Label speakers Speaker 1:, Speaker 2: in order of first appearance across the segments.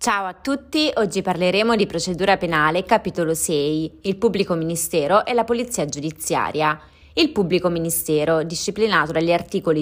Speaker 1: Ciao a tutti, oggi parleremo di procedura penale, capitolo 6, il pubblico ministero e la polizia giudiziaria. Il pubblico ministero, disciplinato dagli articoli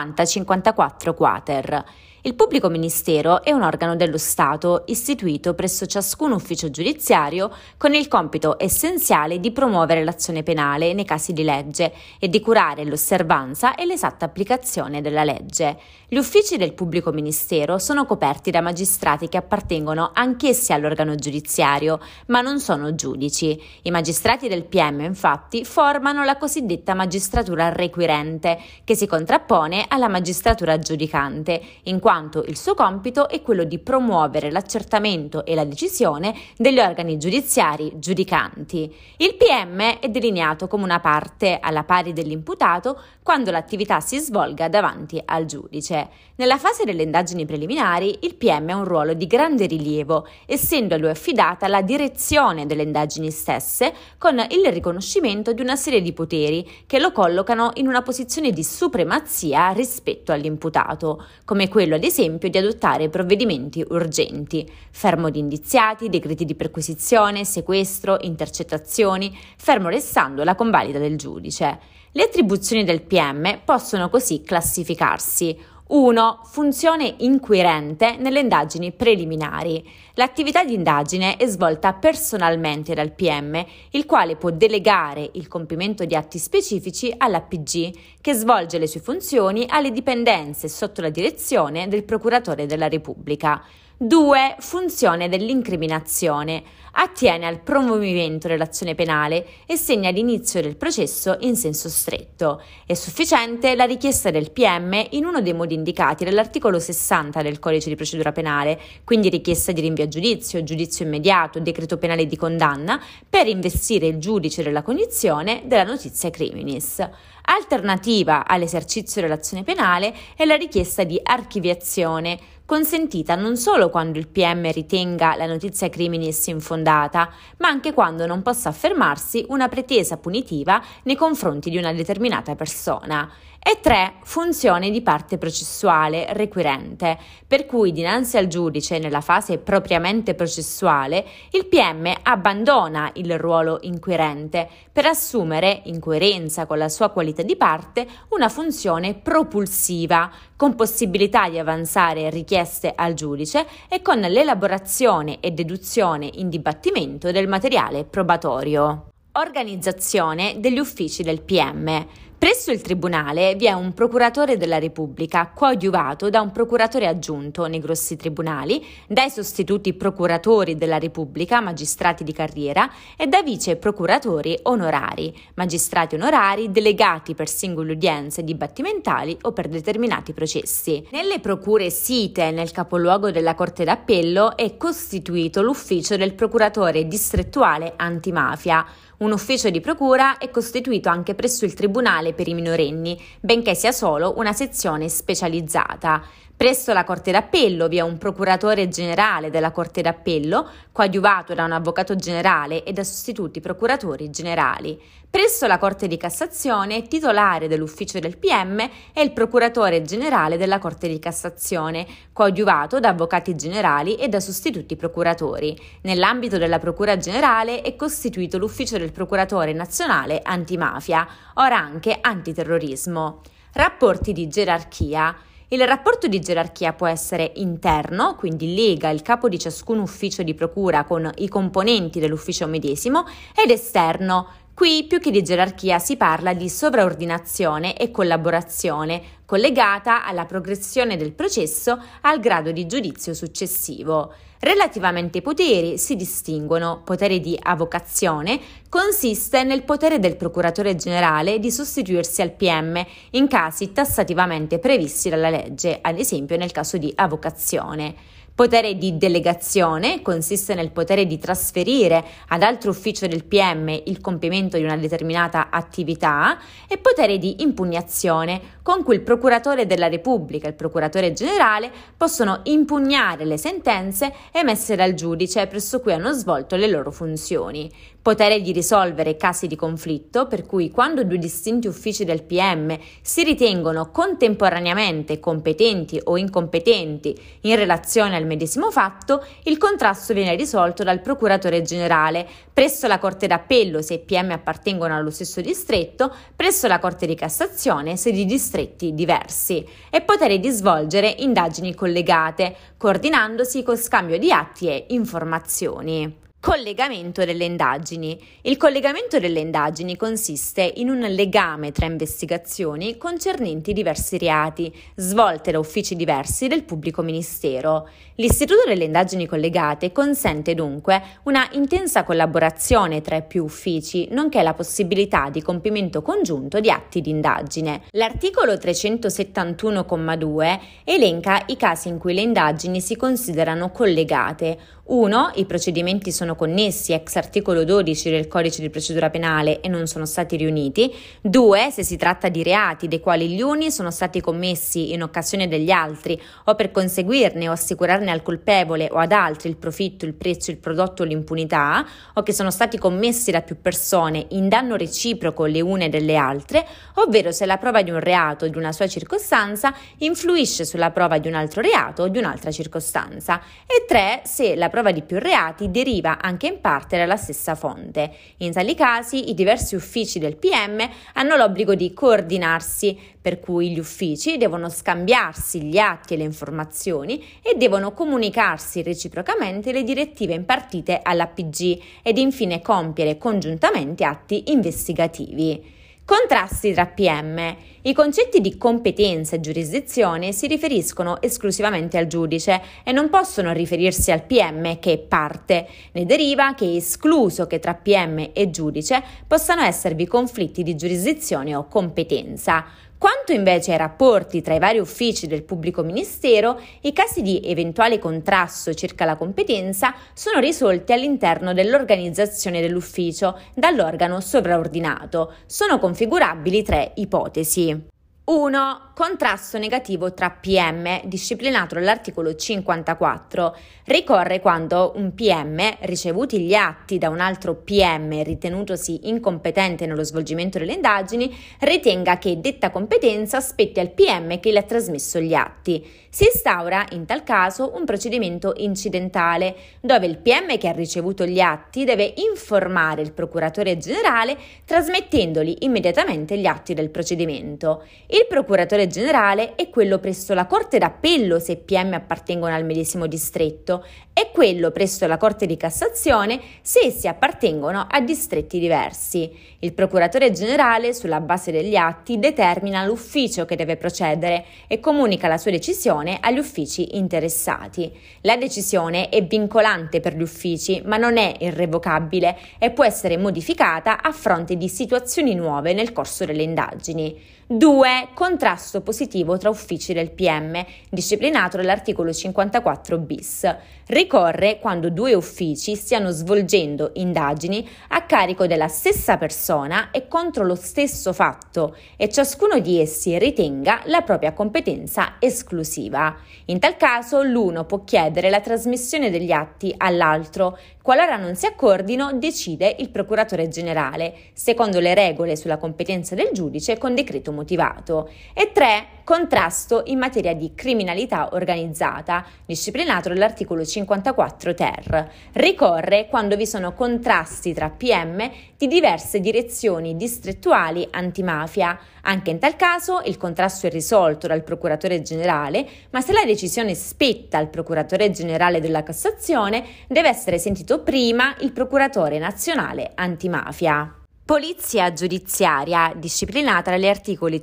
Speaker 1: 50-54 quater. Il pubblico ministero è un organo dello Stato istituito presso ciascun ufficio giudiziario con il compito essenziale di promuovere l'azione penale nei casi di legge e di curare l'osservanza e l'esatta applicazione della legge. Gli uffici del pubblico ministero sono coperti da magistrati che appartengono anch'essi all'organo giudiziario, ma non sono giudici. I magistrati del PM, infatti, formano la cosiddetta magistratura requirente, che si contrappone alla magistratura giudicante, in quanto il suo compito è quello di promuovere l'accertamento e la decisione degli organi giudiziari giudicanti. Il PM è delineato come una parte alla pari dell'imputato quando l'attività si svolga davanti al giudice. Nella fase delle indagini preliminari, il PM ha un ruolo di grande rilievo, essendo a lui affidata la direzione delle indagini stesse con il riconoscimento di una serie di poteri che lo collocano in una posizione di supremazia rispetto all'imputato, come quello ad esempio di adottare provvedimenti urgenti, fermo di indiziati, decreti di perquisizione, sequestro, intercettazioni, fermo restando la convalida del giudice. Le attribuzioni del PM possono così classificarsi. 1. Funzione inquirente nelle indagini preliminari. L'attività di indagine è svolta personalmente dal PM, il quale può delegare il compimento di atti specifici all'APG, che svolge le sue funzioni alle dipendenze sotto la direzione del Procuratore della Repubblica. 2. Funzione dell'incriminazione. Attiene al promovimento dell'azione penale e segna l'inizio del processo in senso stretto. È sufficiente la richiesta del PM in uno dei modi indicati dall'articolo 60 del Codice di procedura penale, quindi richiesta di rinvio a giudizio, giudizio immediato, decreto penale di condanna, per investire il giudice della cognizione della notizia criminis. Alternativa all'esercizio dell'azione penale è la richiesta di archiviazione, consentita non solo quando il PM ritenga la notizia criminis infondata, ma anche quando non possa affermarsi una pretesa punitiva nei confronti di una determinata persona. E 3. Funzione di parte processuale requirente, per cui dinanzi al giudice nella fase propriamente processuale il PM abbandona il ruolo inquirente per assumere, in coerenza con la sua qualità di parte, una funzione propulsiva, con possibilità di avanzare richieste al giudice e con l'elaborazione e deduzione in dibattimento del materiale probatorio. Organizzazione degli uffici del PM. Presso il Tribunale vi è un procuratore della Repubblica coadiuvato da un procuratore aggiunto nei grossi tribunali, dai sostituti procuratori della Repubblica, magistrati di carriera, e da vice procuratori onorari, magistrati onorari delegati per singole udienze dibattimentali o per determinati processi. Nelle procure site nel capoluogo della Corte d'Appello è costituito l'ufficio del procuratore distrettuale antimafia. Un ufficio di procura è costituito anche presso il Tribunale per i minorenni, benché sia solo una sezione specializzata. Presso la Corte d'Appello vi è un procuratore generale della Corte d'Appello, coadiuvato da un avvocato generale e da sostituti procuratori generali. Presso la Corte di Cassazione, titolare dell'ufficio del PM è il procuratore generale della Corte di Cassazione, coadiuvato da avvocati generali e da sostituti procuratori. Nell'ambito della Procura Generale è costituito l'ufficio del procuratore nazionale antimafia, ora anche antiterrorismo. Rapporti di gerarchia. Il rapporto di gerarchia può essere interno, quindi lega il capo di ciascun ufficio di procura con i componenti dell'ufficio medesimo, ed esterno. Qui più che di gerarchia si parla di sovraordinazione e collaborazione, collegata alla progressione del processo al grado di giudizio successivo. Relativamente ai poteri si distinguono: potere di avocazione consiste nel potere del procuratore generale di sostituirsi al PM in casi tassativamente previsti dalla legge, ad esempio nel caso di avocazione. Potere di delegazione consiste nel potere di trasferire ad altro ufficio del PM il compimento di una determinata attività, e potere di impugnazione con cui il procuratore della Repubblica e il procuratore generale possono impugnare le sentenze emesse dal giudice presso cui hanno svolto le loro funzioni. Potere di risolvere casi di conflitto, per cui quando due distinti uffici del PM si ritengono contemporaneamente competenti o incompetenti in relazione al medesimo fatto, il contrasto viene risolto dal procuratore generale presso la Corte d'Appello se i PM appartengono allo stesso distretto, presso la Corte di Cassazione se di distretti diversi, e potere di svolgere indagini collegate, coordinandosi col scambio di atti e informazioni. Collegamento delle indagini. Il collegamento delle indagini consiste in un legame tra investigazioni concernenti diversi reati, svolte da uffici diversi del pubblico ministero. L'istituto delle indagini collegate consente dunque una intensa collaborazione tra i più uffici, nonché la possibilità di compimento congiunto di atti di indagine. L'articolo 371,2 elenca i casi in cui le indagini si considerano collegate. 1. I procedimenti sono connessi ex articolo 12 del Codice di procedura penale e non sono stati riuniti. 2. Se si tratta di reati dei quali gli uni sono stati commessi in occasione degli altri o per conseguirne o assicurarne al colpevole o ad altri il profitto, il prezzo, il prodotto o l'impunità, o che sono stati commessi da più persone in danno reciproco le une delle altre, ovvero se la prova di un reato o di una sua circostanza influisce sulla prova di un altro reato o di un'altra circostanza. E 3. Se la prova di più reati deriva anche in parte dalla stessa fonte. In tali casi i diversi uffici del PM hanno l'obbligo di coordinarsi, per cui gli uffici devono scambiarsi gli atti e le informazioni e devono comunicarsi reciprocamente le direttive impartite all'APG ed infine compiere congiuntamente atti investigativi. Contrasti tra PM. I concetti di competenza e giurisdizione si riferiscono esclusivamente al giudice e non possono riferirsi al PM che è parte. Ne deriva che è escluso che tra PM e giudice possano esservi conflitti di giurisdizione o competenza. Quanto invece ai rapporti tra i vari uffici del pubblico ministero, i casi di eventuale contrasto circa la competenza sono risolti all'interno dell'organizzazione dell'ufficio dall'organo sovraordinato. Sono configurabili tre ipotesi. 1. Contrasto negativo tra PM, disciplinato dall'articolo 54. Ricorre quando un PM, ricevuti gli atti da un altro PM ritenutosi incompetente nello svolgimento delle indagini, ritenga che detta competenza spetti al PM che le ha trasmesso gli atti. Si instaura in tal caso un procedimento incidentale, dove il PM che ha ricevuto gli atti deve informare il procuratore generale trasmettendogli immediatamente gli atti del procedimento. Il procuratore generale è quello presso la Corte d'Appello se i PM appartengono al medesimo distretto e quello presso la Corte di Cassazione se essi appartengono a distretti diversi. Il procuratore generale, sulla base degli atti, determina l'ufficio che deve procedere e comunica la sua decisione agli uffici interessati. La decisione è vincolante per gli uffici, ma non è irrevocabile e può essere modificata a fronte di situazioni nuove nel corso delle indagini. 2. Contrasto positivo tra uffici del PM, disciplinato dall'articolo 54 bis. Ricorre quando due uffici stiano svolgendo indagini a carico della stessa persona e contro lo stesso fatto e ciascuno di essi ritenga la propria competenza esclusiva. In tal caso l'uno può chiedere la trasmissione degli atti all'altro. Qualora non si accordino, decide il procuratore generale, secondo le regole sulla competenza del giudice con decreto motivato. E 3. Contrasto in materia di criminalità organizzata, disciplinato dall'articolo 54 ter. Ricorre quando vi sono contrasti tra PM di diverse direzioni distrettuali antimafia. Anche in tal caso il contrasto è risolto dal procuratore generale, ma se la decisione spetta al procuratore generale della Cassazione, deve essere sentito prima il procuratore nazionale antimafia. Polizia giudiziaria, disciplinata dagli articoli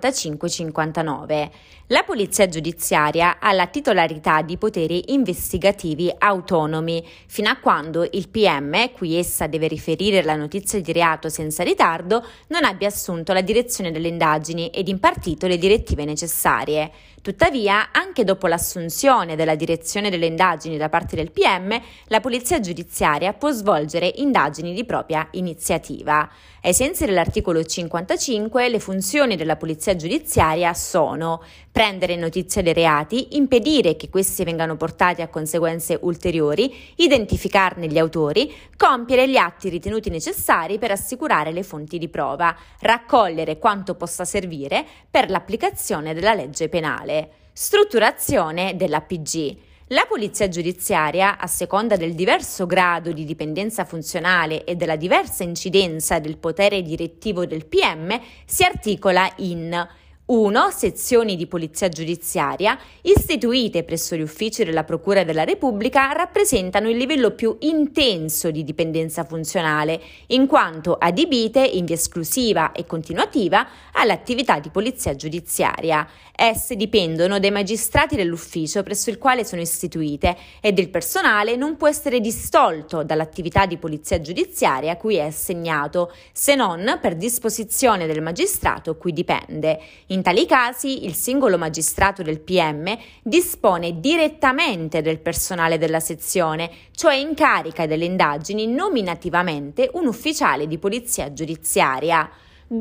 Speaker 1: 55-59. La polizia giudiziaria ha la titolarità di poteri investigativi autonomi, fino a quando il PM, cui essa deve riferire la notizia di reato senza ritardo, non abbia assunto la direzione delle indagini ed impartito le direttive necessarie. Tuttavia, anche dopo l'assunzione della direzione delle indagini da parte del PM, la polizia giudiziaria può svolgere indagini di propria iniziativa. Ai sensi dell'articolo 55, le funzioni della polizia giudiziaria sono prendere notizia dei reati, impedire che questi vengano portati a conseguenze ulteriori, identificarne gli autori, compiere gli atti ritenuti necessari per assicurare le fonti di prova, raccogliere quanto possa servire per l'applicazione della legge penale. Strutturazione dell'APG. La polizia giudiziaria, a seconda del diverso grado di dipendenza funzionale e della diversa incidenza del potere direttivo del PM, si articola in 1. Sezioni di polizia giudiziaria, istituite presso gli uffici della Procura della Repubblica, rappresentano il livello più intenso di dipendenza funzionale, in quanto adibite in via esclusiva e continuativa all'attività di polizia giudiziaria. Esse dipendono dai magistrati dell'ufficio presso il quale sono istituite ed il personale non può essere distolto dall'attività di polizia giudiziaria a cui è assegnato, se non per disposizione del magistrato cui dipende. In tali casi, il singolo magistrato del PM dispone direttamente del personale della sezione, cioè incarica delle indagini nominativamente un ufficiale di polizia giudiziaria.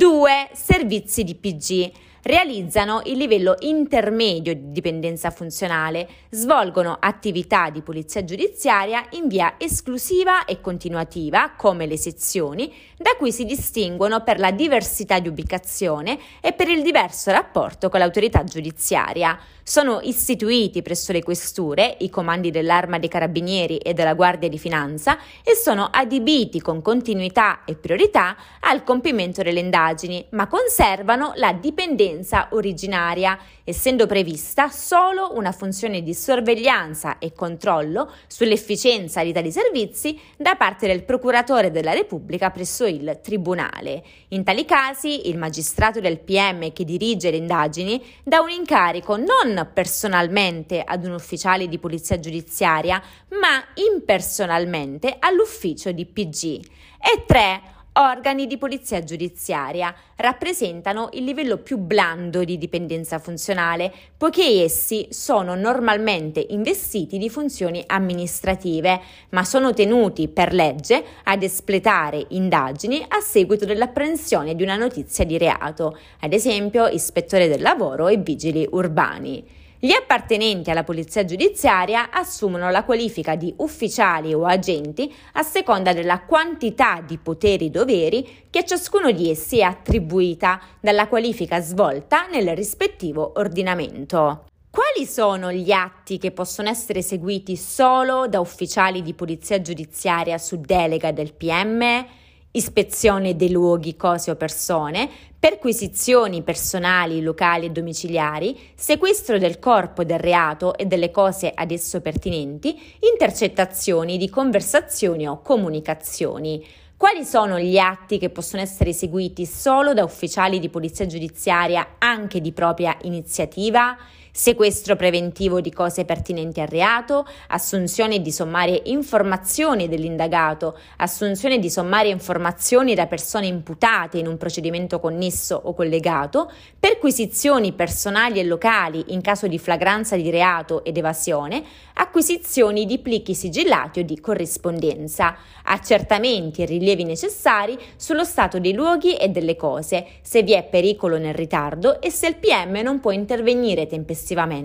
Speaker 1: 2. Servizi di PG. Realizzano il livello intermedio di dipendenza funzionale, svolgono attività di polizia giudiziaria in via esclusiva e continuativa, come le sezioni, da cui si distinguono per la diversità di ubicazione e per il diverso rapporto con l'autorità giudiziaria. Sono istituiti presso le questure, i comandi dell'Arma dei Carabinieri e della Guardia di Finanza e sono adibiti con continuità e priorità al compimento delle indagini, ma conservano la dipendenza originaria, essendo prevista solo una funzione di sorveglianza e controllo sull'efficienza di tali servizi da parte del procuratore della Repubblica presso il Tribunale. In tali casi, il magistrato del PM che dirige le indagini dà un incarico non personalmente ad un ufficiale di polizia giudiziaria, ma impersonalmente all'ufficio di PG. E 3. Organi di polizia giudiziaria rappresentano il livello più blando di dipendenza funzionale, poiché essi sono normalmente investiti di funzioni amministrative, ma sono tenuti per legge ad espletare indagini a seguito dell'apprensione di una notizia di reato, ad esempio ispettore del lavoro e vigili urbani. Gli appartenenti alla polizia giudiziaria assumono la qualifica di ufficiali o agenti a seconda della quantità di poteri e doveri che a ciascuno di essi è attribuita dalla qualifica svolta nel rispettivo ordinamento. Quali sono gli atti che possono essere eseguiti solo da ufficiali di polizia giudiziaria su delega del PM? Ispezione dei luoghi, cose o persone, perquisizioni personali, locali e domiciliari, sequestro del corpo del reato e delle cose ad esso pertinenti, intercettazioni di conversazioni o comunicazioni. Quali sono gli atti che possono essere eseguiti solo da ufficiali di polizia giudiziaria anche di propria iniziativa? Sequestro preventivo di cose pertinenti al reato, assunzione di sommarie informazioni dell'indagato, assunzione di sommarie informazioni da persone imputate in un procedimento connesso o collegato, perquisizioni personali e locali in caso di flagranza di reato ed evasione, acquisizioni di plichi sigillati o di corrispondenza, accertamenti e rilievi necessari sullo stato dei luoghi e delle cose, se vi è pericolo nel ritardo e se il PM non può intervenire tempestivamente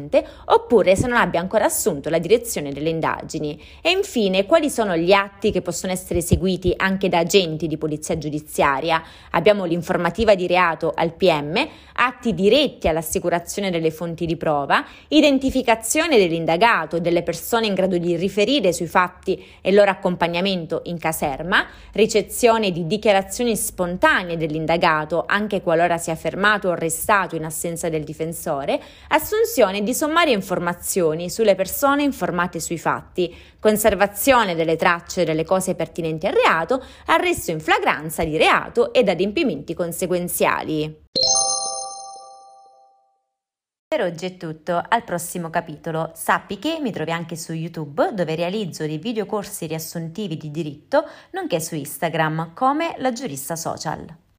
Speaker 1: oppure se non abbia ancora assunto la direzione delle indagini. E infine, quali sono gli atti che possono essere eseguiti anche da agenti di polizia giudiziaria? Abbiamo l'informativa di reato al PM, atti diretti all'assicurazione delle fonti di prova, identificazione dell'indagato e delle persone in grado di riferire sui fatti e il loro accompagnamento in caserma, ricezione di dichiarazioni spontanee dell'indagato anche qualora sia fermato o arrestato in assenza del difensore, assunzione di sommarie informazioni sulle persone informate sui fatti, conservazione delle tracce delle cose pertinenti al reato, arresto in flagranza di reato ed adempimenti conseguenziali. Per oggi è tutto, al prossimo capitolo. Sappi che mi trovi anche su YouTube, dove realizzo dei videocorsi riassuntivi di diritto, nonché su Instagram come La Giurista Social.